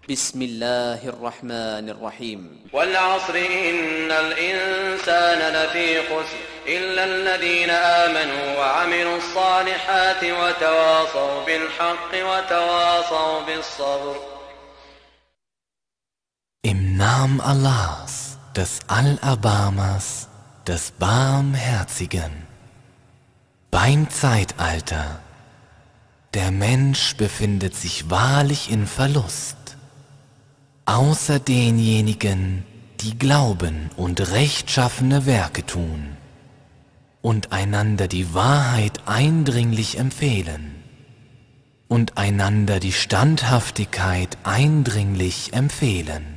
بسم الله الرحمن الرحيم والعصر إن الإنسان لفي خسر إلا الذين آمنوا وعملوا الصالحات وتواصوا بالحق وتواصوا بالصبر. Im Namen Allahs, des Allerbarmers, des Barmherzigen. Beim Zeitalter. Der Mensch befindet sich wahrlich in Verlust, außer denjenigen, die glauben und rechtschaffene Werke tun und einander die Wahrheit eindringlich empfehlen und einander die Standhaftigkeit eindringlich empfehlen.